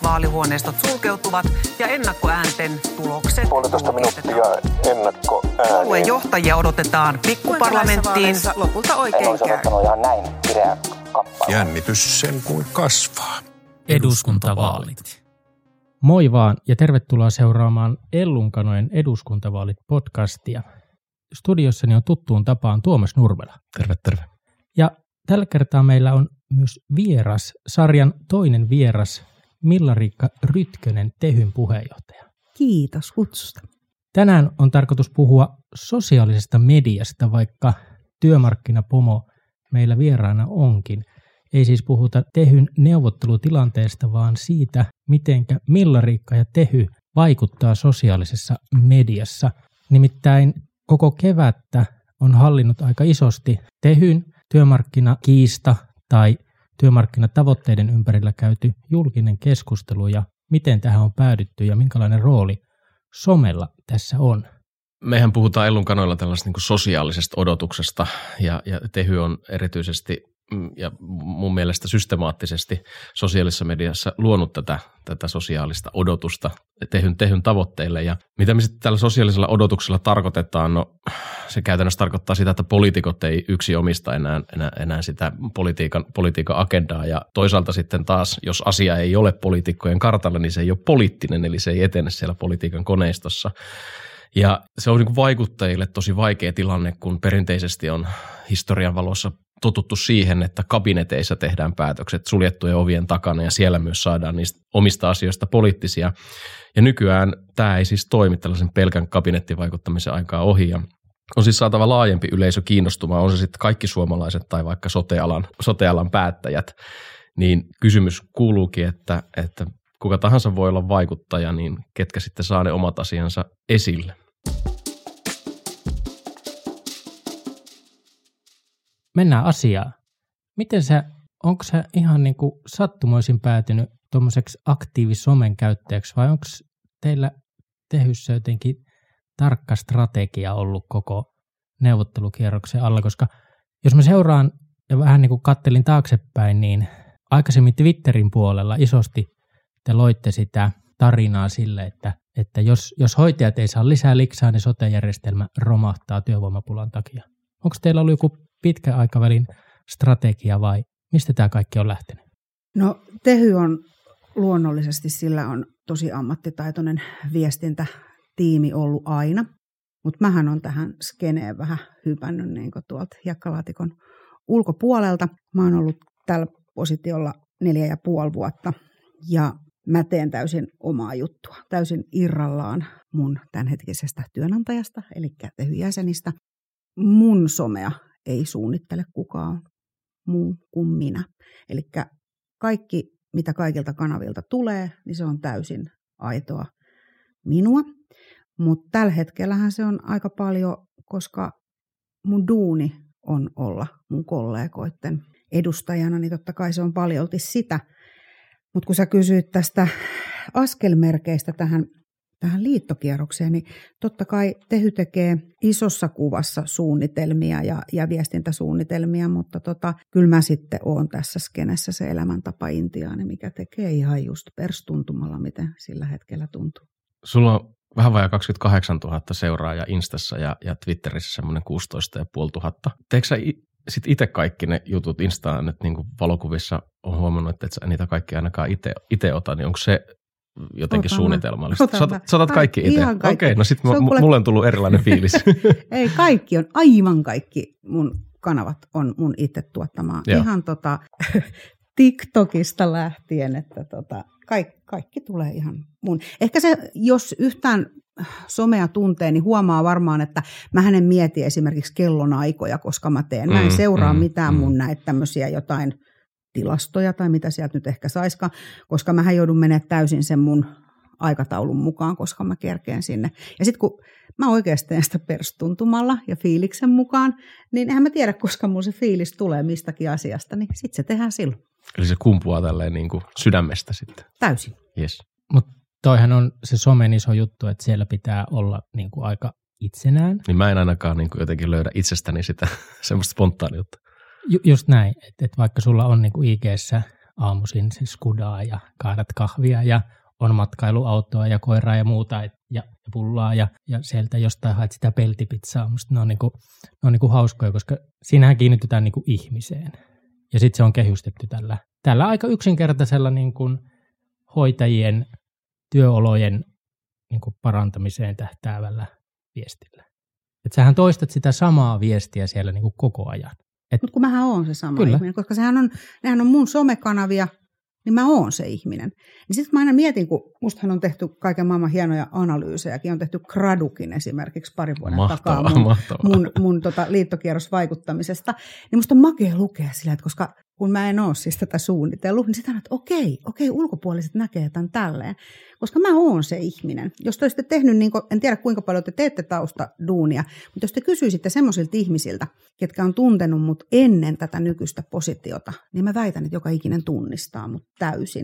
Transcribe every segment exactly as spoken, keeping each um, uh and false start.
vaalihuoneistot sulkeutuvat ja ennakkoäänten tulokset puolitoista minuuttia ennakkoääniä. Puolueen johtajia odotetaan pikkuparlamenttiin. Lopulta oikein käy. En olisi odottanut ihan näin kireä kappale. Jännitys sen kuin kasvaa. Eduskuntavaalit. Moi vaan ja tervetuloa seuraamaan Ellunkanojen eduskuntavaalit-podcastia. Studiossani on tuttuun tapaan Tuomas Nurmela. Terve, terve. Ja tällä kertaa meillä on myös vieras, sarjan toinen vieras, Milla-Riikka Rytkönen, Tehyn puheenjohtaja. Kiitos kutsusta. Tänään on tarkoitus puhua sosiaalisesta mediasta, vaikka työmarkkinapomo meillä vieraana onkin. Ei siis puhuta Tehyn neuvottelutilanteesta, vaan siitä, mitenkä Milla-Riikka ja Tehy vaikuttaa sosiaalisessa mediassa. Nimittäin koko kevättä on hallinnut aika isosti Tehyn työmarkkinakiista tai työmarkkinatavoitteiden ympärillä käyty julkinen keskustelu ja miten tähän on päädytty ja minkälainen rooli somella tässä on. Mehän puhutaan Ellunkanoilla tällaisesta niin kuin sosiaalisesta odotuksesta ja, ja Tehy on erityisesti ja mun mielestä systemaattisesti sosiaalisessa mediassa luonut tätä, tätä sosiaalista odotusta tehyn, tehyn tavoitteille. Ja mitä me sitten tällä sosiaalisella odotuksella tarkoitetaan? No se käytännössä tarkoittaa sitä, että poliitikot ei yksi omista enää, enää, enää sitä politiikan, politiikan agendaa. Ja toisaalta sitten taas, jos asia ei ole poliitikkojen kartalla, niin se ei ole poliittinen, eli se ei etene siellä politiikan koneistossa. Ja se on niin kuin vaikuttajille tosi vaikea tilanne, kun perinteisesti on historian valossa totuttu siihen, että kabineteissa tehdään päätökset suljettujen ovien takana ja siellä myös saadaan niistä omista asioista poliittisia. Ja nykyään tämä ei siis toimi tällaisen pelkän kabinettivaikuttamisen aikaa ohi ja on siis saatava laajempi yleisö kiinnostumaan, on se sitten kaikki suomalaiset tai vaikka sote-alan, sote-alan päättäjät. Niin kysymys kuuluukin, että, että kuka tahansa voi olla vaikuttaja, niin ketkä sitten saa ne omat asiansa esille. Mennään asiaan. Miten sä, onko sä ihan niin kuin sattumoisin päätynyt tuommoiseksi aktiivisomen käyttäjäksi vai onko teillä Tehyssä jotenkin tarkka strategia ollut koko neuvottelukierroksen alla? Koska jos mä seuraan ja vähän niin kuin kattelin taaksepäin, niin aikaisemmin Twitterin puolella isosti te loitte sitä tarinaa sille, että, että jos, jos hoitajat ei saa lisää liksaa, niin sote-järjestelmä romahtaa työvoimapulan takia. Onko teillä ollut joku pitkän aikavälin strategia vai mistä tämä kaikki on lähtenyt? No Tehy on luonnollisesti, sillä on tosi ammattitaitoinen viestintätiimi ollut aina, mutta mähän on tähän skeneen vähän hypännyt niin kuin tuolta hiekkalaatikon ulkopuolelta. Mä oon ollut tällä positiolla neljä ja puoli vuotta ja mä teen täysin omaa juttua, täysin irrallaan mun tämänhetkisestä työnantajasta, eli Tehy-jäsenistä. Mun somea ei suunnittele kukaan muu kuin minä. Eli kaikki, mitä kaikilta kanavilta tulee, niin se on täysin aitoa minua. Mutta tällä hetkellähän se on aika paljon, koska mun duuni on olla mun kollegoiden edustajana, niin totta kai se on paljolti sitä. Mutta kun sä kysyit tästä askelmerkeistä tähän, tähän liittokierrokseen, niin totta kai Tehy tekee isossa kuvassa suunnitelmia ja, ja viestintäsuunnitelmia, mutta tota, kyllä mä sitten oon tässä skenessä se elämäntapa-intiaani, mikä tekee ihan just perstuntumalla, miten sillä hetkellä tuntuu. Sulla on vähän vajaa kaksikymmentäkahdeksantuhatta seuraajaa Instassa ja, ja Twitterissä semmoinen kuusitoista ja puoli tuhatta. Teekö sä sitten itse kaikki ne jutut Instaan nyt niin kuin valokuvissa on huomannut, että et sä niitä kaikki ainakaan itse ota, niin onko se jotenkin otan suunnitelmallista? Sä, sä otat kaikki itse? Okei, okay, no sitten kuule... mulle on tullut erilainen fiilis. Ei, kaikki on, aivan kaikki mun kanavat on mun itse tuottamaa. Ihan tota, TikTokista lähtien, että tota, kaikki, kaikki tulee ihan mun. Ehkä se, jos yhtään somea tuntee, niin huomaa varmaan, että mä en mieti esimerkiksi kellonaikoja, koska mä teen. Mä en seuraa mm, mitään mm. mun näitä tämmöisiä jotain tilastoja tai mitä sieltä nyt ehkä saiskaan, koska mähän joudun menemään täysin sen mun aikataulun mukaan, koska mä kerkeen sinne. Ja sitten kun mä oikeasti teen sitä perstuntumalla ja fiiliksen mukaan, niin eihän mä tiedä, koska mulla se fiilis tulee mistäkin asiasta, niin sitten se tehdään silloin. Eli se kumpuaa tälleen niin kuin sydämestä sitten. Täysin. Yes. Mutta toihan on se somen iso juttu, että siellä pitää olla niin kuin aika itsenään. Niin mä en ainakaan niin kuin jotenkin löydä itsestäni sitä semmoista spontaaniutta. Ju, just näin, että et vaikka sulla on niin kuin I G:ssä aamuisin se skudaa ja kaadat kahvia ja on matkailuautoa ja koiraa ja muuta et, ja, ja pullaa ja, ja sieltä jostain haet sitä peltipizzaa. Musta ne on, niinku, ne on niinku hauskoja, koska siinähän kiinnitytään niinku ihmiseen. Ja sitten se on kehystetty tällä, tällä aika yksinkertaisella niinku hoitajien työolojen niinku parantamiseen tähtäävällä viestillä. Että sähän toistat sitä samaa viestiä siellä niinku koko ajan. Mutta kun mähän oon se sama Kyllä. ihminen, koska sehän on, nehän on mun somekanavia, niin mä oon se ihminen. Niin sitten mä aina mietin, kun mustahan on tehty kaiken maailman hienoja analyysejäkin, on tehty Gradukin esimerkiksi pari vuoden mahtavaa, takaa mun, mahtavaa. mun, mun tota, liittokierrosvaikuttamisesta. Niin musta on makea lukea sillä, että koska kun mä en ole siis tätä suunnitellut, niin sitä on, että okei, okei, ulkopuoliset näkee tämän tälleen. Koska mä oon se ihminen. Jos te olisitte tehnyt, niin kuin, en tiedä kuinka paljon te teette taustaduunia, mutta jos te kysyisitte semmoisilta ihmisiltä, ketkä on tuntenut mut ennen tätä nykyistä positiota, niin mä väitän, että joka ikinen tunnistaa mut täysin.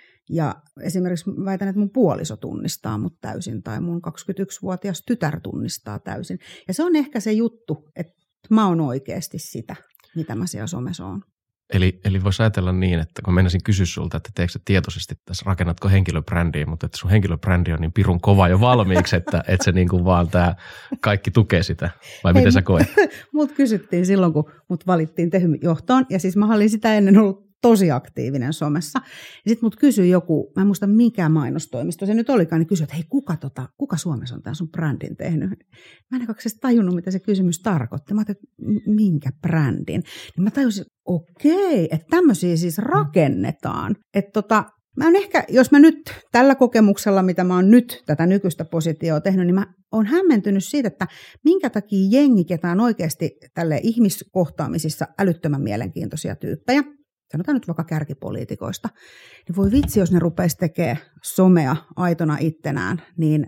Ja esimerkiksi väitän, että mun puoliso tunnistaa mut täysin, tai mun kaksikymmentäyksivuotias tytär tunnistaa täysin. Ja se on ehkä se juttu, että mä oon oikeasti sitä, mitä mä siellä somessa oon. Eli, eli voisi ajatella niin, että kun meinasin kysyä sulta, että teekö sä tietoisesti tässä, rakennatko henkilöbrändiä, mutta että sun henkilöbrändi on niin pirun kova jo valmiiksi, että, että se niin kuin vaan tämä kaikki tukee sitä, vai Hei, miten sä koet? Mut kysyttiin silloin, kun mut valittiin Tehyn johtoon, ja siis mä olin sitä ennen ollut tosi aktiivinen somessa. Ja sitten mut kysyi joku, mä en muista mikä mainostoimisto se nyt olikaan, niin kysyi, että hei, kuka, tota, kuka Suomessa on tämän sun brändin tehnyt? Mä en kaksisesti tajunnut, mitä se kysymys tarkoitti. Mä ajattelin, että minkä brändin? Niin mä tajusin, että okei, että tämmöisiä siis rakennetaan. Että tota, mä oon ehkä, jos mä nyt tällä kokemuksella, mitä mä oon nyt tätä nykyistä positioa tehnyt, niin mä oon hämmentynyt siitä, että minkä takia jengi, ketä on oikeasti tälle ihmiskohtaamisissa älyttömän mielenkiintoisia tyyppejä, sanotaan nyt vaikka kärkipoliitikoista, niin voi vitsi, jos ne rupeisi tekemään somea aitona ittenään, niin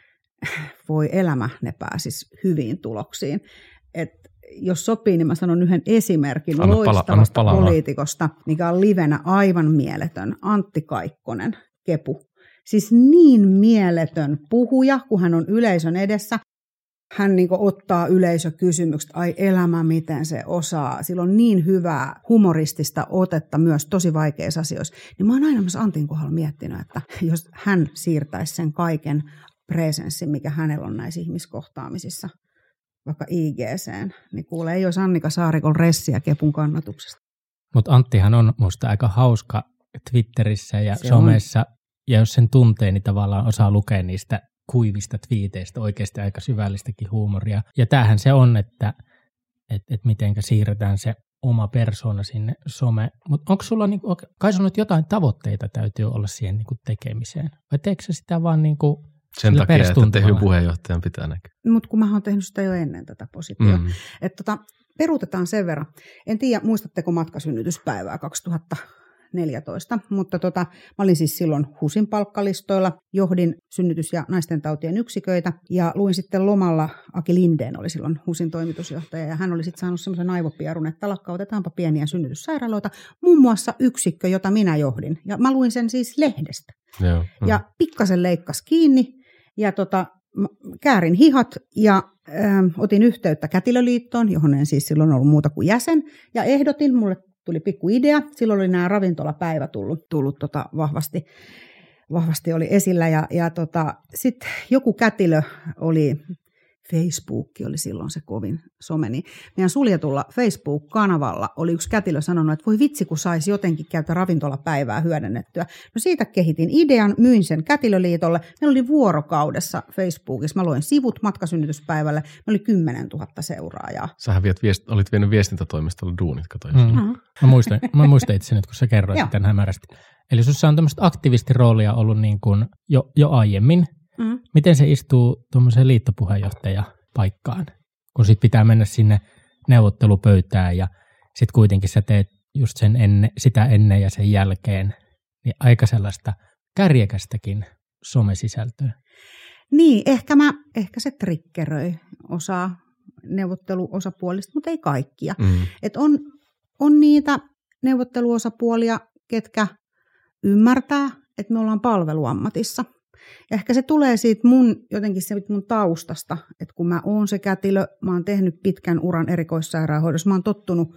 voi elämä, ne pääsisi hyviin tuloksiin. Et jos sopii, niin mä sanon yhden esimerkin anna loistavasta pala, poliitikosta, mikä on livenä aivan mieletön, Antti Kaikkonen, Kepu. Siis niin mieletön puhuja, kun hän on yleisön edessä. Hän niin kuin ottaa yleisökysymykset, ai elämä, miten se osaa. Sillä on niin hyvää humoristista otetta myös tosi vaikeissa asioissa. Niin mä oon aina myös Antin kohdalla miettinyt, että jos hän siirtäisi sen kaiken presenssin, mikä hänellä on näissä ihmiskohtaamisissa, vaikka I G:seen, niin kuulee, ei olisi Annika Saarikon ressiä Kepun kannatuksesta. Mutta Anttihan on musta aika hauska Twitterissä ja se somessa, on. Ja jos sen tuntee, niin tavallaan osaa lukea niistä kuivista twiiteistä oikeasti aika syvällistäkin huumoria. Ja tämähän se on, että et, et mitenkä siirretään se oma persoona sinne some. Mutta onko sulla, niinku, kai sulla nyt jotain tavoitteita täytyy olla siihen niinku tekemiseen? Vai teekö sä sitä vaan niinku sen takia, että Tehyn puheenjohtajan pitää näkyä? Mutta kun mä oon tehnyt sitä jo ennen tätä positiota. Mm. Että tota, peruutetaan sen verran. En tiedä, muistatteko matkasynnytyspäivää kaksituhattaneljätoista, mutta tota, mä olin siis silloin HUSin palkkalistoilla, johdin synnytys- ja naistentautien yksiköitä ja luin sitten lomalla, Aki Lindén oli silloin HUSin toimitusjohtaja ja hän oli sitten saanut semmoisen aivopierun, että lakkautetaanpa pieniä synnytyssairaaloita, muun muassa yksikkö, jota minä johdin ja mä luin sen siis lehdestä. Joo, mm. Ja pikkasen leikkas kiinni ja tota, käärin hihat ja ö, otin yhteyttä Kätilöliittoon, johon en siis silloin ollut muuta kuin jäsen ja ehdotin, mulle tuli pikku idea. Silloin oli nämä ravintolapäivä tullut, tullut tota vahvasti, vahvasti oli esillä. Ja, ja tota, sitten joku kätilö oli, Facebook oli silloin se kovin some, niin meidän suljetulla Facebook-kanavalla oli yksi kätilö sanonut, että voi vitsi, kun saisi jotenkin käyttää ravintolapäivää hyödynnettyä. No siitä kehitin idean, myin sen Kätilöliitolle. Meillä oli vuorokaudessa Facebookissa, mä loin sivut matkasynnytyspäivälle, meillä oli kymmenen tuhatta seuraajaa. Sähän viet viest, olit vienyt viestintätoimistolla duunit, katsoin. Mm. Mä muistan, mä muistan itse nyt, kun sä kerroit tämän hämärästi. Eli sussa on tämmöistä aktivistiroolia ollut niin kuin jo, jo aiemmin. Mm. Miten se istuu tuommoiseen liittopuheenjohtajapaikkaan, kun sit pitää mennä sinne neuvottelupöytään ja sitten kuitenkin sä teet just sen enne, sitä ennen ja sen jälkeen, niin aika sellaista kärjekästäkin somesisältöä. Niin, ehkä, mä, ehkä se triggeröi osaa neuvotteluosapuolista, mutta ei kaikkia. Mm. Et on, on niitä neuvotteluosapuolia, ketkä ymmärtää, että me ollaan palveluammatissa. Ja ehkä se tulee siitä mun, jotenkin se mun taustasta, että kun mä oon se kätilö, mä oon tehnyt pitkän uran erikoissairaanhoidossa, mä oon tottunut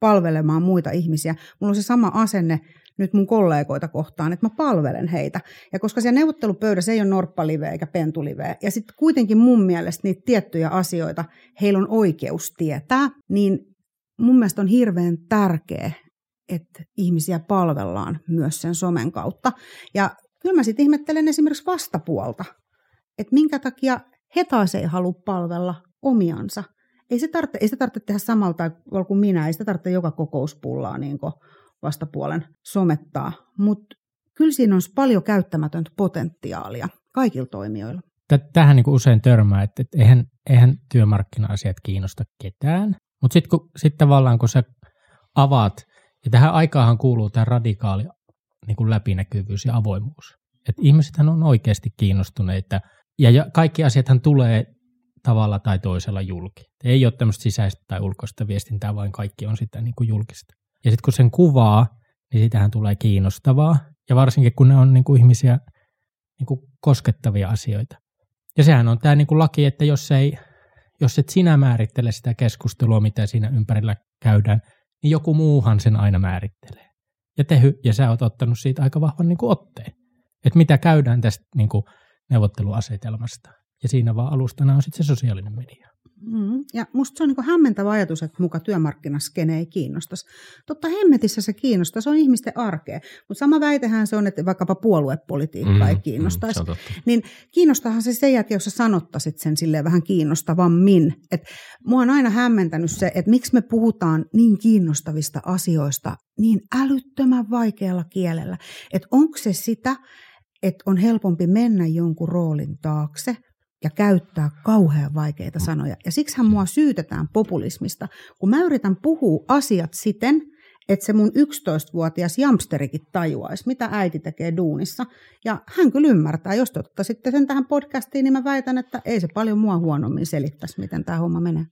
palvelemaan muita ihmisiä. Mulla on se sama asenne nyt mun kollegoita kohtaan, että mä palvelen heitä. Ja koska siellä neuvottelupöydässä ei ole norppaliveä eikä pentuliveä, ja sitten kuitenkin mun mielestä niitä tiettyjä asioita heillä on oikeus tietää, niin mun mielestä on hirveän tärkeä, että ihmisiä palvellaan myös sen somen kautta. Ja kyllä mä sitten ihmettelen esimerkiksi vastapuolta, että minkä takia he taas ei halua palvella omiansa. Ei se tarvitse, ei se tarvitse tehdä samalla tavalla kuin minä, ei sitä tarvitse joka kokouspullaa niin kuin vastapuolen somettaa, mutta kyllä siinä on paljon käyttämätöntä potentiaalia kaikilla toimijoilla. Tähän niin kuin usein törmää, että eihän, eihän työmarkkina-asiat kiinnosta ketään, mutta sitten sit tavallaan kun sä avaat, ja tähän aikaahan kuuluu tämä radikaali niin kuin läpinäkyvyys ja avoimuus, että ihmisethän on oikeasti kiinnostuneita, ja, ja kaikki asiathan tulee tavalla tai toisella julki. Ei ole tämmöistä sisäistä tai ulkoista viestintää, vaan kaikki on sitä niin kuin julkista. Ja sitten kun sen kuvaa, niin siitähän tulee kiinnostavaa. Ja varsinkin kun ne on niin kuin ihmisiä niin kuin koskettavia asioita. Ja sehän on tämä niin kuin laki, että jos, ei, jos et sinä määrittele sitä keskustelua, mitä siinä ympärillä käydään, niin joku muuhan sen aina määrittelee. Ja Tehy, ja sä oot ottanut siitä aika vahvan niin kuin otteen. Että mitä käydään tästä niin kuin neuvotteluasetelmasta. Ja siinä vaan alustana on sitten se sosiaalinen media. Mm, ja musta se on niin hämmentävä ajatus, että muka työmarkkinaskene ei kiinnostaisi. Totta hemmetissä se kiinnostaa, se on ihmisten arkea. Mutta sama väitehän se on, että vaikkapa puoluepolitiikka mm, ei kiinnostaisi. Mm, niin kiinnostahan se sen jälkeen, jos sä sanottaisit sen silleen vähän kiinnostavammin. Et mua on aina hämmentänyt se, että miksi me puhutaan niin kiinnostavista asioista niin älyttömän vaikealla kielellä. Että onko se sitä, että on helpompi mennä jonkun roolin taakse ja käyttää kauhean vaikeita sanoja. Ja siksihän mua syytetään populismista, kun mä yritän puhua asiat siten, että se mun yksitoistavuotias jamsterikin tajuaisi, mitä äiti tekee duunissa. Ja hän kyllä ymmärtää. Jos te ottaisitte sen tähän podcastiin, niin mä väitän, että ei se paljon mua huonommin selittäisi, miten tämä homma menee.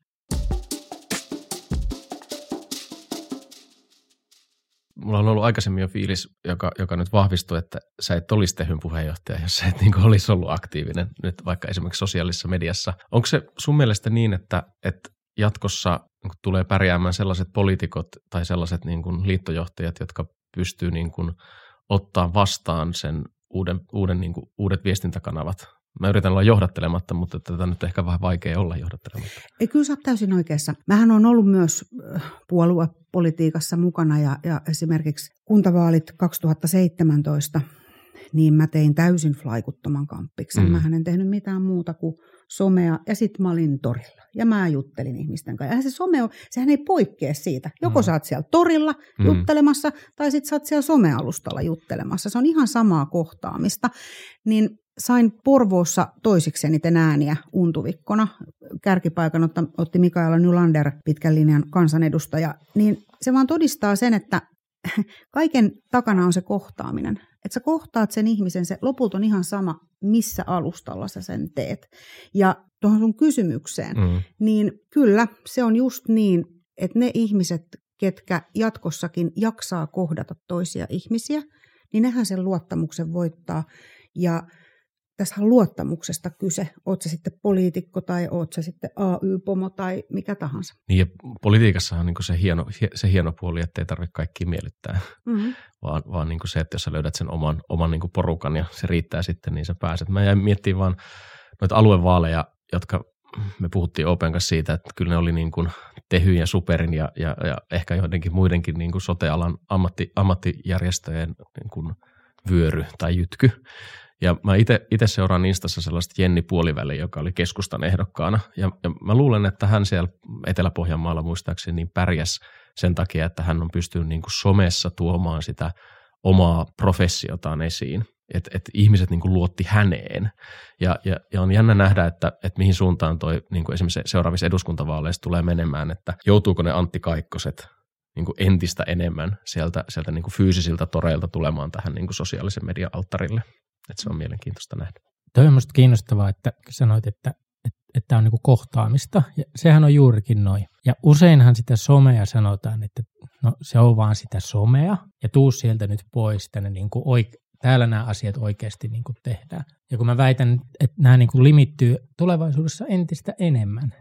Mulla on ollut aikaisemmin jo fiilis, joka, joka nyt vahvistui, että sä et olisi Tehyn puheenjohtaja, jos sä et niin kuin olisi ollut aktiivinen nyt vaikka esimerkiksi sosiaalisessa mediassa. Onko se sun mielestä niin, että, että jatkossa niin tulee pärjäämään sellaiset poliitikot tai sellaiset niin kuin liittojohtajat, jotka pystyy niin kuin ottaa vastaan sen uuden, uuden, niin kuin, uudet viestintäkanavat? Mä yritän olla johdattelematta, mutta tätä nyt ehkä vähän vaikea olla johdattelematta. Ei, kyllä sä oot täysin oikeassa. Mähän on ollut myös puoluepolitiikassa mukana ja, ja esimerkiksi kuntavaalit kaksituhattaseitsemäntoista, niin mä tein täysin flaikuttoman kamppiksen. Mm. Mähän en tehnyt mitään muuta kuin somea ja sitten mä olin torilla ja mä juttelin ihmisten kanssa. Ja se some on, sehän ei poikkea siitä. Joko mm. sä oot siellä torilla mm. juttelemassa tai sitten sä oot siellä somealustalla juttelemassa. Se on ihan samaa kohtaamista. Niin sain Porvoossa toisiksi eniten ääniä untuvikkona. Kärkipaikan otti Mikaela Nylander, pitkän linjan kansanedustaja. Niin se vaan todistaa sen, että kaiken takana on se kohtaaminen. Että sä kohtaat sen ihmisen, se lopulta on ihan sama, missä alustalla sä sen teet. Ja tuohon sun kysymykseen, mm. niin kyllä se on just niin, että ne ihmiset, ketkä jatkossakin jaksaa kohdata toisia ihmisiä, niin nehän sen luottamuksen voittaa. Ja tässä on luottamuksesta kyse, oot sä sitten poliitikko tai oot sä sitten A Y-pomo tai mikä tahansa. Niin ja politiikassahan on niin se, hieno, se hieno puoli, että ei tarvitse kaikkia miellyttää, mm-hmm. vaan, vaan niin se, että jos sä löydät sen oman, oman niin porukan ja se riittää sitten, niin sä pääset. Mä jäin miettimään vaan noita aluevaaleja, jotka me puhuttiin Open kanssa siitä, että kyllä ne oli niin kuin Tehyn ja Superin ja, ja, ja ehkä joidenkin muidenkin niin kuin sote-alan ammatti, ammattijärjestöjen niin kuin vyöry tai jytky. Ja mä itse seuraan Instassa sellaista Jenni Puoliväli, joka oli keskustan ehdokkaana. Ja, ja mä luulen, että hän siellä Etelä-Pohjanmaalla muistaakseni niin pärjäs sen takia, että hän on pystynyt niin kuin somessa tuomaan sitä omaa professiotaan esiin. Että et ihmiset niin kuin luotti häneen. Ja, ja, ja on jännä nähdä, että, että mihin suuntaan toi niin kuin esimerkiksi seuraavissa eduskuntavaaleissa tulee menemään, että joutuuko ne Antti Kaikkoset niin kuin entistä enemmän sieltä, sieltä niin kuin fyysisiltä toreilta tulemaan tähän niin kuin sosiaalisen median alttarille. Että se on mielenkiintoista nähdä. Toi on minusta kiinnostavaa, että sanoit, että että tämä on niin kuin kohtaamista. Ja sehän on juurikin noin. Ja useinhan sitä somea sanotaan, että no se on vaan sitä somea. Ja tuu sieltä nyt pois tänne niin kuin oike- täällä nämä asiat oikeasti niin kuin tehdään. Ja kun mä väitän, että nämä niin kuin limittyy tulevaisuudessa entistä enemmän.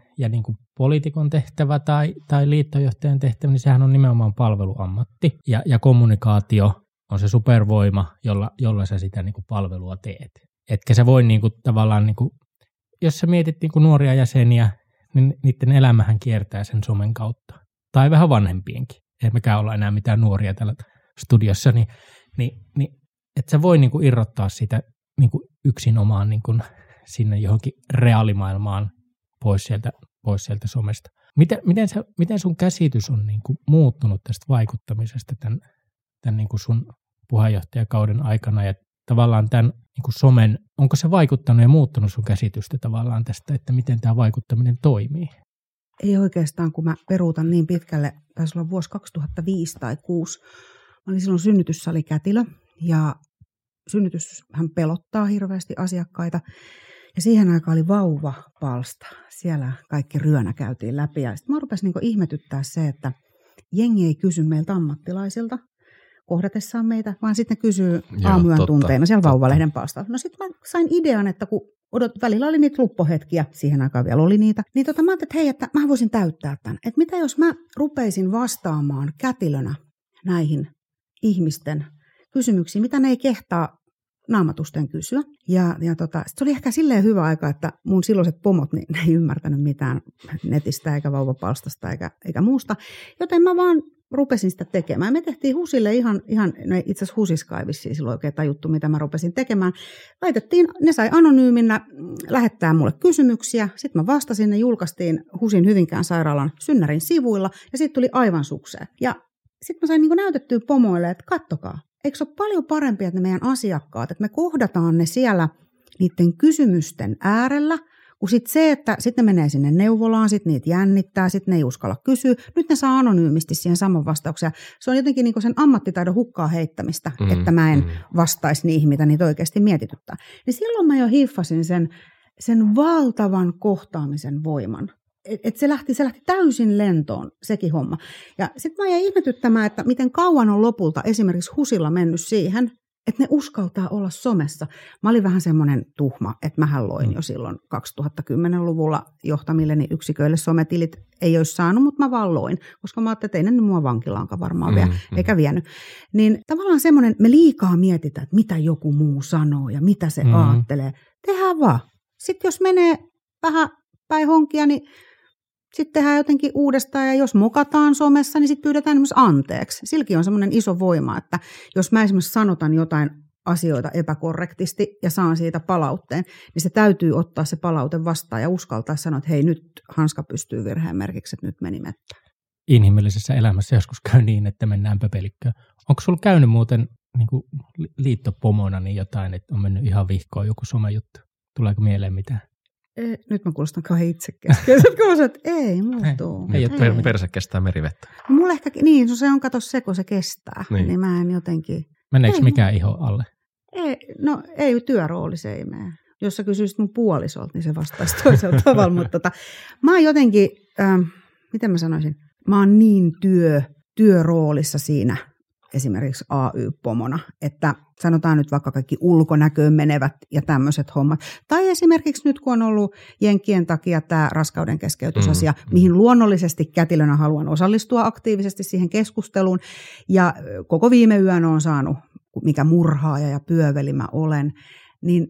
ja niin kuin poliitikon tehtävä tai, tai liittojohtajan tehtävä, niin sehän on nimenomaan palveluammatti. Ja, ja kommunikaatio on se supervoima, jolla, jolla sä sitä niin kuin palvelua teet. Etkä sä voi niin kuin, tavallaan, niin kuin, jos sä mietit niin kuin nuoria jäseniä, niin niiden elämähän kiertää sen somen kautta. Tai vähän vanhempienkin. Ei mekään olla enää mitään nuoria täällä studiossa, niin, niin, niin että sä voi niin kuin irrottaa sitä niin kuin yksin omaan niin kuin sinne johonkin reaalimaailmaan pois sieltä, pois sieltä somesta. Miten, miten, sä, miten sun käsitys on niin kuin muuttunut tästä vaikuttamisesta tämän, tämän niin kuin sun puheenjohtajakauden aikana ja tavallaan tämän niin kuin somen, onko se vaikuttanut ja muuttanut sun käsitystä tavallaan tästä, että miten tämä vaikuttaminen toimii? Ei oikeastaan, kun mä peruutan niin pitkälle, taisi olla vuosi kaksituhattaviisi tai kuusi. Mä olin silloin synnytyssali Kätilö ja synnytyshän pelottaa hirveästi asiakkaita. Ja siihen aikaan oli vauvapalsta. Siellä kaikki ryönä käytiin läpi. Ja sitten mä rupesin niin ihmetyttää se, että jengi ei kysy meiltä ammattilaisilta kohdatessaan meitä, vaan sitten ne kysyy aamuyön tunteina siellä totta. Vauvalehden palstalla. No sitten mä sain idean, että kun odot, välillä oli niitä luppohetkiä, siihen aikaan vielä oli niitä, niin tota, mä ajattelin, että hei, että mä voisin täyttää tämän. Että mitä jos mä rupeisin vastaamaan kätilönä näihin ihmisten kysymyksiin, mitä ne ei kehtaa naamatusten kysyä. Ja, ja tota, se oli ehkä silleen hyvä aika, että mun silloiset pomot, niin ne ei ymmärtänyt mitään netistä eikä vauvapalstasta eikä, eikä muusta. Joten mä vaan rupesin sitä tekemään. Me tehtiin HUSille ihan, ihan no itse asiassa HUSissa ei vissiin silloin oikein tajuttu, mitä mä rupesin tekemään. Laitettiin, ne sai anonyyminä lähettää mulle kysymyksiä. Sitten mä vastasin, ne julkaistiin HUSin Hyvinkään sairaalan Synnärin sivuilla ja sitten tuli aivan sukseen. Ja sitten mä sain niin näytettyä pomoille, että kattokaa. Eikö se ole paljon parempi, että ne meidän asiakkaat, että me kohdataan ne siellä niiden kysymysten äärellä, kun sitten se, että sitten ne menee sinne neuvolaan, sitten niitä jännittää, sitten ne ei uskalla kysyä. Nyt ne saa anonyymisti siihen saman vastauksen. Se on jotenkin niin kuin sen ammattitaidon hukkaa heittämistä, mm, että mä en mm. vastaisi niihin, mitä niitä oikeasti mietityttää. Niin silloin mä jo hiffasin sen, sen valtavan kohtaamisen voiman. Et, et se, lähti, se lähti täysin lentoon, sekin homma. Ja sitten mä jäin ihmetyttämään, että miten kauan on lopulta esimerkiksi HUSilla mennyt siihen, että ne uskaltaa olla somessa. Mä olin vähän semmoinen tuhma, että mähän loin jo silloin kaksituhattakymmenluvulla johtamilleni yksiköille sometilit. Ei olisi saanut, mutta mä vaan loin, koska mä ajattelin, että ei ne nyt mua vankilaankaan varmaan vielä, mm, eikä vienyt. Niin tavallaan semmoinen, me liikaa mietitään, että mitä joku muu sanoo ja mitä se mm. aattelee. Tehdään vaan. Sitten jos menee vähän päin honkia, niin sitten tehdään jotenkin uudestaan ja jos mokataan somessa, niin sitten pyydetään esimerkiksi anteeksi. Silläkin on semmoinen iso voima, että jos mä esimerkiksi sanotan jotain asioita epäkorrektisti ja saan siitä palautteen, niin se täytyy ottaa se palaute vastaan ja uskaltaa sanoa, että hei nyt hanska pystyy virheen merkiksi, että nyt meni mettään. Inhimillisessä elämässä joskus käy niin, että mennään pöpelikköön. Onko sulla käynyt muuten niin kuin liittopomona niin jotain, että on mennyt ihan vihkoon joku somejuttu? Tuleeko mieleen mitään? Ei, nyt mä kuulostan kauhean itsekeskeiseltä, kun sä, että ei muutu. Ei, ei, ei. Perse kestää merivettä. No, mulla ehkä, niin, se on, kato se, kun se kestää. Niin, niin mä en jotenkin. Meneekö ei, mikään iho alle? Ei, no ei, työrooli se ei mene. Jos sä kysyisit mun puolisolta, niin se vastaisi toisella tavalla. Mutta tota, mä oon jotenkin, ähm, miten mä sanoisin, mä oon niin työ, työroolissa siinä esimerkiksi A Y-pomona, että sanotaan nyt vaikka kaikki ulkonäköön menevät ja tämmöiset hommat. Tai esimerkiksi nyt, kun on ollut jenkkien takia tämä raskauden keskeytysasia, mm, mihin luonnollisesti kätilönä haluan osallistua aktiivisesti siihen keskusteluun. Ja koko viime yön on saanut, mikä murhaaja ja pyöveli mä olen, niin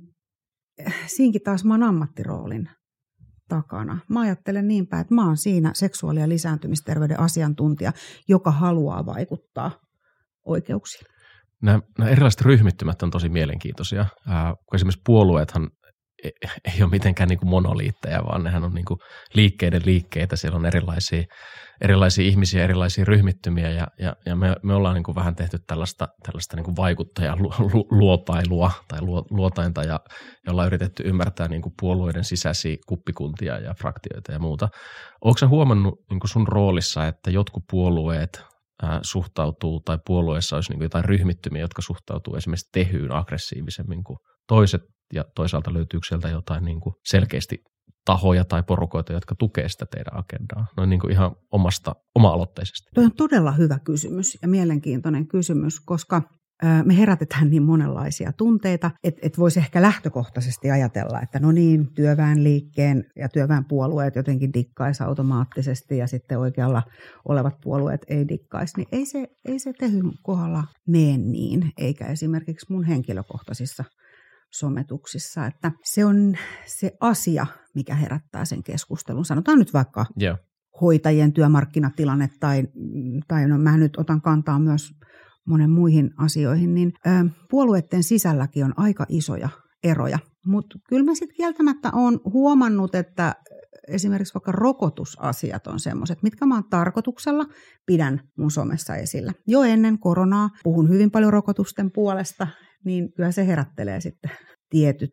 siinkin taas mä oon ammattiroolin takana. Mä ajattelen niin päin, että mä oon siinä seksuaali- ja lisääntymisterveyden asiantuntija, joka haluaa vaikuttaa oikeuksiin. Nämä, nämä erilaiset ryhmittymät on tosi mielenkiintoisia, äh, kun esimerkiksi puolueethan ei, ei ole mitenkään niin kuin monoliitteja, vaan nehän on niin kuin liikkeiden liikkeitä. Siellä on erilaisia, erilaisia ihmisiä, erilaisia ryhmittymiä ja, ja, ja me, me ollaan niin kuin vähän tehty tällaista, tällaista niin kuin vaikuttajaluotailua tai luotainta, ja, jolla on yritetty ymmärtää niin kuin puolueiden sisäisiä kuppikuntia ja fraktioita ja muuta. Oletko sä huomannut niin kuin sun roolissa, että jotkut puolueet suhtautuu tai puolueessa olisi niin jotain ryhmittymiä, jotka suhtautuu esimerkiksi tehyyn aggressiivisemmin kuin toiset ja toisaalta löytyykö sieltä jotain niin kuin selkeästi tahoja tai porukoita, jotka tukee sitä teidän agendaa, noin niin kuin ihan omasta, oma-aloitteisesti? Tuo on todella hyvä kysymys ja mielenkiintoinen kysymys, koska me herätetään niin monenlaisia tunteita, että et voisi ehkä lähtökohtaisesti ajatella, että no niin, työväenliikkeen ja työväenpuolueet jotenkin dikkaisi automaattisesti ja sitten oikealla olevat puolueet ei dikkaisi, niin ei se, ei se Tehyn kohdalla mene niin, eikä esimerkiksi mun henkilökohtaisissa sometuksissa, että se on se asia, mikä herättää sen keskustelun. Sanotaan nyt vaikka yeah. hoitajien työmarkkinatilanne tai, tai no mä nyt otan kantaa myös monen muihin asioihin, niin ö, puolueiden sisälläkin on aika isoja eroja. Mutta kyllä mä sitten kieltämättä olen huomannut, että esimerkiksi vaikka rokotusasiat on semmoiset, mitkä mä oon tarkoituksella pidän mun somessa esillä. Jo ennen koronaa puhun hyvin paljon rokotusten puolesta, niin kyllä se herättelee sitten tietyt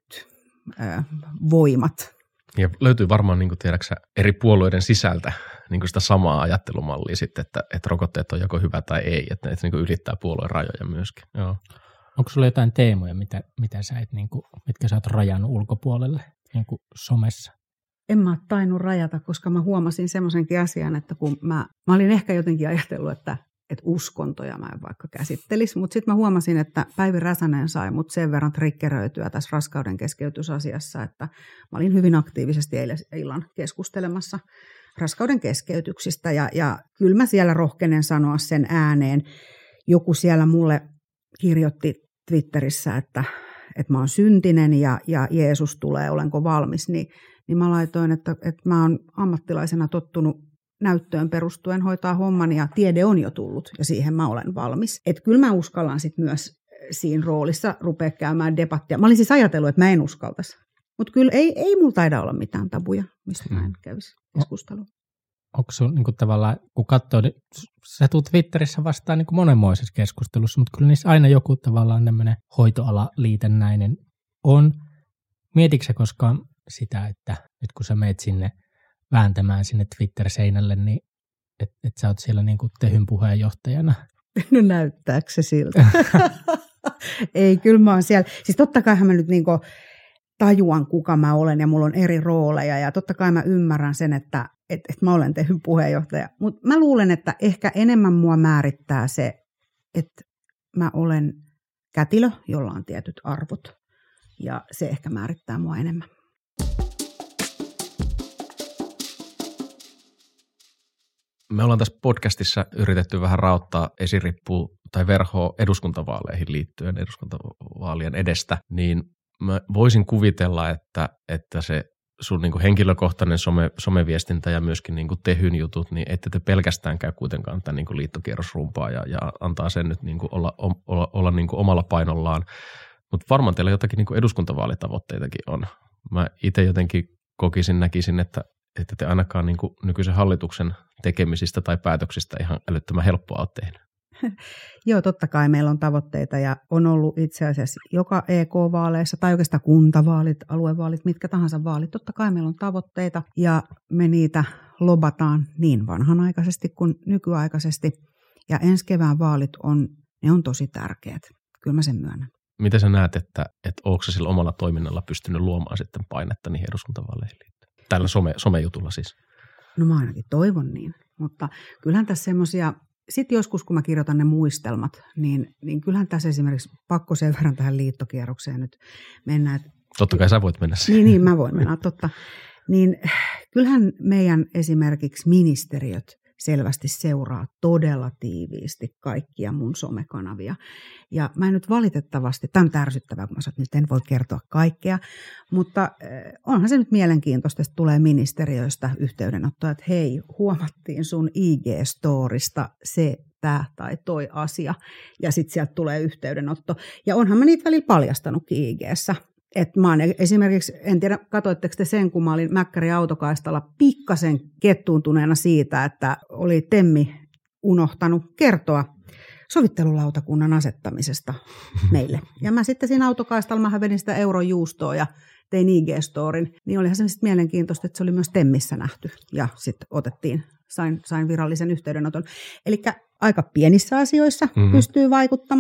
ö, voimat. Ja löytyy varmaan, niin kuin tiedäksä, eri puolueiden sisältä niin kuin sitä samaa ajattelumallia sitten, että, että rokotteet on joko hyvä tai ei, että ne niin kuin ylittää puolueen rajoja myöskin. Joo. Onko sulla jotain teemoja, mitä, mitä sä et, niin kuin, mitkä sä oot rajannut ulkopuolelle niin kuin somessa? En mä tainnut rajata, koska mä huomasin semmoisenkin asian, että kun mä, mä olin ehkä jotenkin ajatellut, että, että uskontoja mä en vaikka käsittelisi, mutta sitten mä huomasin, että Päivi Räsänen sai mut sen verran triggeröityä tässä raskauden keskeytysasiassa, että mä olin hyvin aktiivisesti eilen illan keskustelemassa raskauden keskeytyksistä ja, ja kyllä mä siellä rohkenen sanoa sen ääneen. Joku siellä mulle kirjoitti Twitterissä, että, että mä oon syntinen ja, ja Jeesus tulee, olenko valmis, niin, niin mä laitoin, että, että mä oon ammattilaisena tottunut näyttöön perustuen hoitaa hommani ja tiede on jo tullut ja siihen mä olen valmis. Että kyllä mä uskallan sitten myös siinä roolissa rupea käymään debattia. Mä olin siis ajatellut, että mä en uskaltaisi. Mutta kyllä ei, ei mulla taida olla mitään tabuja, mistä mä en kävisi keskustelua. Onko sun niin tavallaan, kun katsoo, niin sä tulet Twitterissä vastaan niin monenmoisessa keskustelussa, mutta kyllä niissä aina joku tavallaan tämmöinen hoitoalaliitännäinen on. Mietitkö sä koskaan sitä, että nyt kun sä meet sinne vääntämään sinne Twitter-seinälle, niin että et sä oot siellä niin kuin Tehyn puheenjohtajana? No näyttääkö se siltä? Ei, kyllä mä oon siellä. Siis totta kaihan mä nyt niin kuin tajuan, kuka mä olen ja mulla on eri rooleja ja totta kai mä ymmärrän sen, että et, et mä olen Tehyn puheenjohtaja. Mutta mä luulen, että ehkä enemmän mua määrittää se, että mä olen kätilö, jolla on tietyt arvot ja se ehkä määrittää mua enemmän. Me ollaan tässä podcastissa yritetty vähän rauttaa esirippua tai verhoa eduskuntavaaleihin liittyen eduskuntavaalien edestä, niin mä voisin kuvitella, että, että se sun niin kuin henkilökohtainen some, someviestintä ja myöskin niin kuin Tehyn jutut, niin ette te pelkästään käy kuitenkaan tämän niin kuin liittokierrosrumpaa ja, ja antaa sen nyt niin kuin olla, olla, olla niin kuin omalla painollaan. Mutta varmaan teillä jotakin niin kuin eduskuntavaalitavoitteitakin on. Mä itse jotenkin kokisin, näkisin, että, että te ainakaan niin kuin nykyisen hallituksen tekemisistä tai päätöksistä ihan älyttömän helppoa ole tehnyt. Joo, totta kai meillä on tavoitteita ja on ollut itse asiassa joka E K-vaaleissa tai oikeastaan kuntavaalit, aluevaalit, mitkä tahansa vaalit. Totta kai meillä on tavoitteita ja me niitä lobataan niin vanhanaikaisesti kuin nykyaikaisesti. Ja ensi kevään vaalit on, ne on tosi tärkeät. Kyllä mä sen myönnän. Miten sä näet, että, että onko sä sillä omalla toiminnalla pystynyt luomaan sitten painetta niihin eduskuntavaaleihin liittyen? Tällä some, somejutulla siis. No mä ainakin toivon niin, mutta kyllähän tässä semmoisia, sitten joskus kun mä kirjoitan ne muistelmat, niin, niin kyllähän tässä esimerkiksi pakko sen verran tähän liittokierrokseen nyt mennä. Että, totta kai sä voit mennä siihen. Niin, niin mä voin mennä, totta. Niin kyllähän meidän esimerkiksi ministeriöt selvästi seuraa todella tiiviisti kaikkia mun somekanavia. Ja mä en nyt valitettavasti, tämä on tärsyttävää, kun mä sanon, että nyt en voi kertoa kaikkea, mutta onhan se nyt mielenkiintoista, että tulee ministeriöistä yhteydenottoa, että hei, huomattiin sun I G-storista se, tämä tai toi asia, ja sitten sieltä tulee yhteydenotto. Ja onhan mä niitä välillä paljastanutkin I G:ssä. Että mä oon esimerkiksi, en tiedä, katoitteko te sen, kun mä olin Mäkkärin autokaistalla pikkasen kettuuntuneena siitä, että oli Temmi unohtanut kertoa sovittelulautakunnan asettamisesta meille. Ja mä sitten siinä autokaistalla, mä vedin sitä euron juustoa ja tein I G-storin, niin olihan se sitten mielenkiintoista, että se oli myös Temmissä nähty. Ja sitten otettiin, sain, sain virallisen yhteydenoton. Eli aika pienissä asioissa mm-hmm. pystyy vaikuttamaan.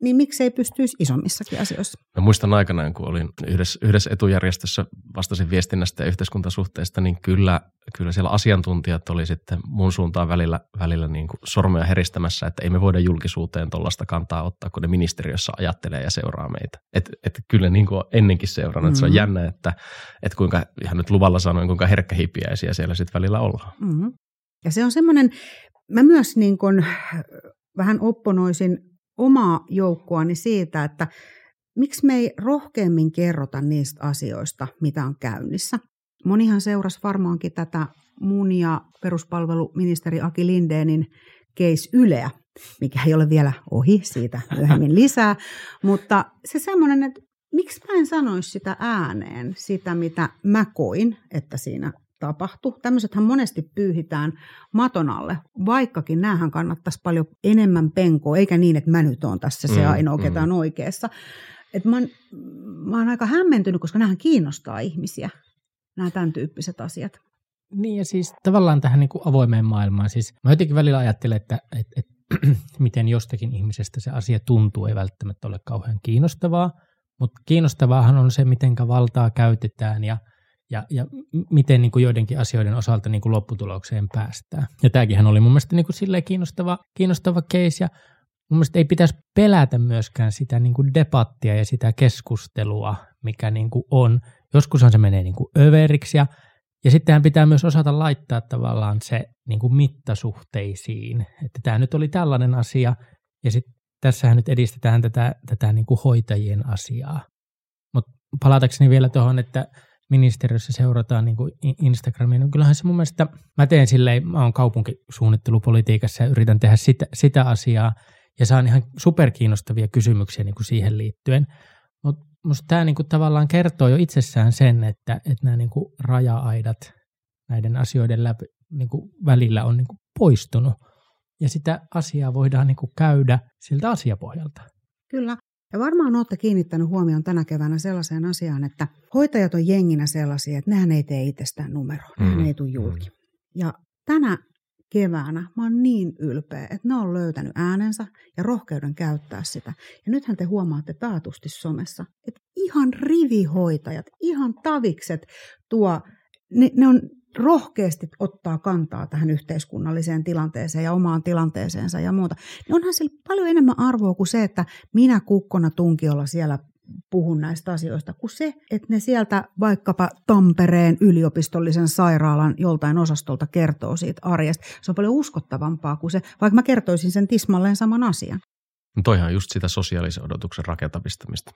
niin miksei pystyisi isommissakin asioissa? Mä muistan aikanaan, kun olin yhdessä, yhdessä etujärjestössä, vastasin viestinnästä ja yhteiskuntasuhteista, niin kyllä, kyllä siellä asiantuntijat oli sitten mun suuntaan välillä, välillä niin kuin sormea heristämässä, että ei me voida julkisuuteen tuollaista kantaa ottaa, kun ne ministeriössä ajattelee ja seuraa meitä. Että et kyllä niin kuin ennenkin seurannut, mm-hmm. se on jännä, että et kuinka, ihan nyt luvalla sanoin, kuinka herkkähipiäisiä siellä sitten välillä ollaan. Mm-hmm. Ja se on semmoinen, mä myös niin kuin vähän opponoisin omaa joukkuani siitä, että miksi me ei rohkeammin kerrota niistä asioista, mitä on käynnissä. Monihan seurasi varmaankin tätä mun ja peruspalveluministeri Aki Lindénin case Yleä, mikä ei ole vielä ohi, siitä myöhemmin lisää. Mutta se semmoinen, että miksi mä en sanoisi sitä ääneen, sitä mitä mä koin, että siinä tapahtui. Tämmöisethän monesti pyyhitään maton alle, vaikkakin näähän kannattaisi paljon enemmän penkoa, eikä niin, että mä nyt oon tässä se ainoa, ketä on oikeassa. Et mä, oon, mä oon aika hämmentynyt, koska näähän kiinnostaa ihmisiä, nämä tämän tyyppiset asiat. Niin ja siis tavallaan tähän niin kuin avoimeen maailmaan. Siis mä jotenkin välillä ajattelen, että, että, että miten jostakin ihmisestä se asia tuntuu, ei välttämättä ole kauhean kiinnostavaa, mutta kiinnostavaahan on se, miten valtaa käytetään ja Ja, ja miten niin kuin joidenkin asioiden osalta niin kuin lopputulokseen päästään. Ja tämäkin oli mun mielestä niin kuin silleen kiinnostava, kiinnostava case. Ja mun mielestä ei pitäisi pelätä myöskään sitä niin kuin debattia ja sitä keskustelua, mikä niin kuin on. Joskushan se menee niin kuin överiksi. Ja, ja sittenhän pitää myös osata laittaa tavallaan se niin kuin mittasuhteisiin. Että tämä nyt oli tällainen asia. Ja sitten tässähän nyt edistetään tätä, tätä niin kuin hoitajien asiaa. Mutta palatakseni vielä tuohon, että ministeriössä seurataan niin kuin Instagramiin, no kyllähän se mun mielestä, mä teen silleen, mä oon kaupunkisuunnittelupolitiikassa ja yritän tehdä sitä, sitä asiaa ja saan ihan superkiinnostavia kysymyksiä niin kuin siihen liittyen, mutta musta tämä niin kuin tavallaan kertoo jo itsessään sen, että, että nämä niin kuin raja-aidat näiden asioiden läpi, niin kuin välillä on niin kuin poistunut ja sitä asiaa voidaan niin kuin käydä siltä asiapohjalta. Kyllä. Ja varmaan olette kiinnittänyt huomioon tänä keväänä sellaiseen asiaan, että hoitajat on jenginä sellaisia, että nehän ei tee itsestään numeroa, mm. nehän ei tule julki. Ja tänä keväänä mä oon niin ylpeä, että ne on löytänyt äänensä ja rohkeuden käyttää sitä. Ja nythän te huomaatte taatusti somessa, että ihan rivihoitajat, ihan tavikset tuo, ne, ne on rohkeasti ottaa kantaa tähän yhteiskunnalliseen tilanteeseen ja omaan tilanteeseensa ja muuta. Niin onhan sillä paljon enemmän arvoa kuin se, että minä kukkona tunkiolla siellä puhun näistä asioista, kuin se, että ne sieltä vaikkapa Tampereen yliopistollisen sairaalan joltain osastolta kertoo siitä arjesta. Se on paljon uskottavampaa kuin se, vaikka mä kertoisin sen tismalleen saman asian. No toihan on just sitä sosiaalisen odotuksen rakentamista, mistä,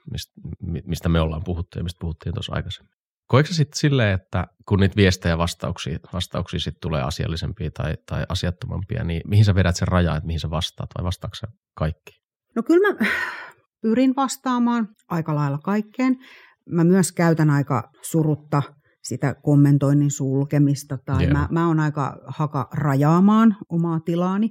mistä me ollaan puhuttu ja mistä puhuttiin tuossa aikaisemmin. Koetko sitten silleen, että kun niitä viestejä ja vastauksia, vastauksia sitten tulee asiallisempia tai, tai asiattomampia, niin mihin sä vedät sen rajaa, että mihin sä vastaat vai vastaatko sä kaikki? No kyllä mä pyrin vastaamaan aika lailla kaikkeen. Mä myös käytän aika surutta sitä kommentoinnin sulkemista tai yeah. mä, mä oon aika haka rajaamaan omaa tilaani.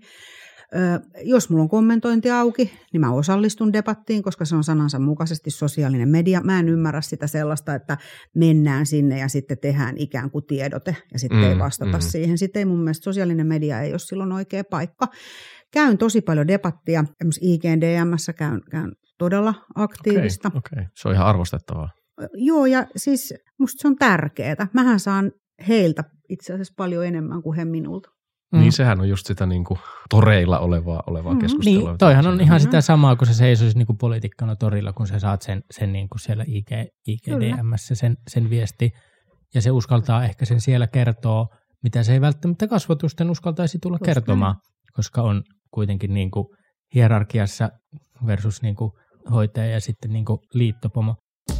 Ö, jos mulla on kommentointi auki, niin mä osallistun debattiin, koska se on sanansa mukaisesti sosiaalinen media. Mä en ymmärrä sitä sellaista, että mennään sinne ja sitten tehdään ikään kuin tiedote ja sitten mm, ei vastata mm. siihen. Sitten ei mun mielestä sosiaalinen media ei ole silloin oikea paikka. Käyn tosi paljon debattia, esimerkiksi I G D M:ssä käyn, käyn todella aktiivista. Okei, okay, okay. Se on ihan arvostettavaa. Joo, ja siis musta se on tärkeää. Mähän saan heiltä itse asiassa paljon enemmän kuin he minulta. Mm. Niin sehän on just sitä niin kuin toreilla olevaa, olevaa mm. keskustelua. Niin, toihan on ihan sitä samaa, kun sä seisoisi niin kuin poliitikkana torilla, kun sä saat sen, sen niin kuin siellä I G D M:ssä sen, sen viesti. Ja se uskaltaa ehkä sen siellä kertoa, mitä se ei välttämättä kasvatusten uskaltaisi tulla Koska kertomaan, ne. koska on kuitenkin niin kuin hierarkiassa versus niin kuin hoitaja ja sitten niin kuin liittopomo.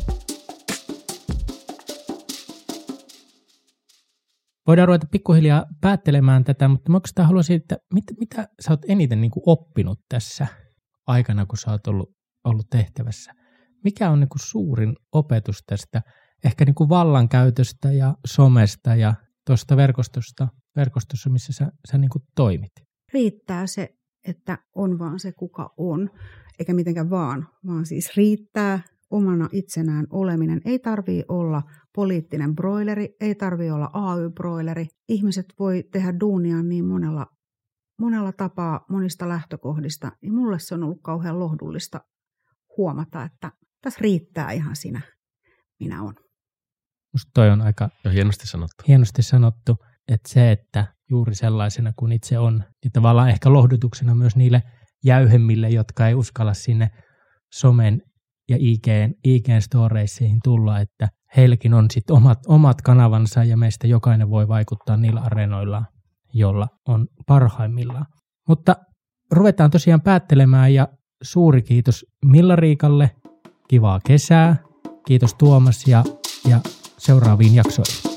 Voidaan ruveta pikkuhiljaa päättelemään tätä, mutta mä oikeastaan haluaisin, että mit, mitä sä oot eniten niin kuin oppinut tässä aikana, kun sä oot ollut, ollut tehtävässä? Mikä on niin kuin suurin opetus tästä ehkä niin kuin vallankäytöstä ja somesta ja tuosta verkostosta, verkostossa, missä sä, sä niin kuin toimit? Riittää se, että on vaan se, kuka on, eikä mitenkään vaan, vaan siis riittää omana itsenään oleminen. Ei tarvitse olla poliittinen broileri, ei tarvitse olla A Y-broileri. Ihmiset voi tehdä duunia niin monella, monella tapaa, monista lähtökohdista. Niin mulle se on ollut kauhean lohdullista huomata, että tässä riittää ihan sinä, minä on. Musta toi on aika jo hienosti sanottu. hienosti sanottu, että se, että juuri sellaisena kuin itse on, niin tavallaan ehkä lohdutuksena myös niille jäyhemmille, jotka ei uskalla sinne somen ja I G:n, I G:n storeisiin tulla, että heilläkin on sitten omat, omat kanavansa ja meistä jokainen voi vaikuttaa niillä areenoilla, jolla on parhaimmillaan. Mutta ruvetaan tosiaan päättelemään ja suuri kiitos Milla-Riikalle, kivaa kesää, kiitos Tuomas ja, ja seuraaviin jaksoihin.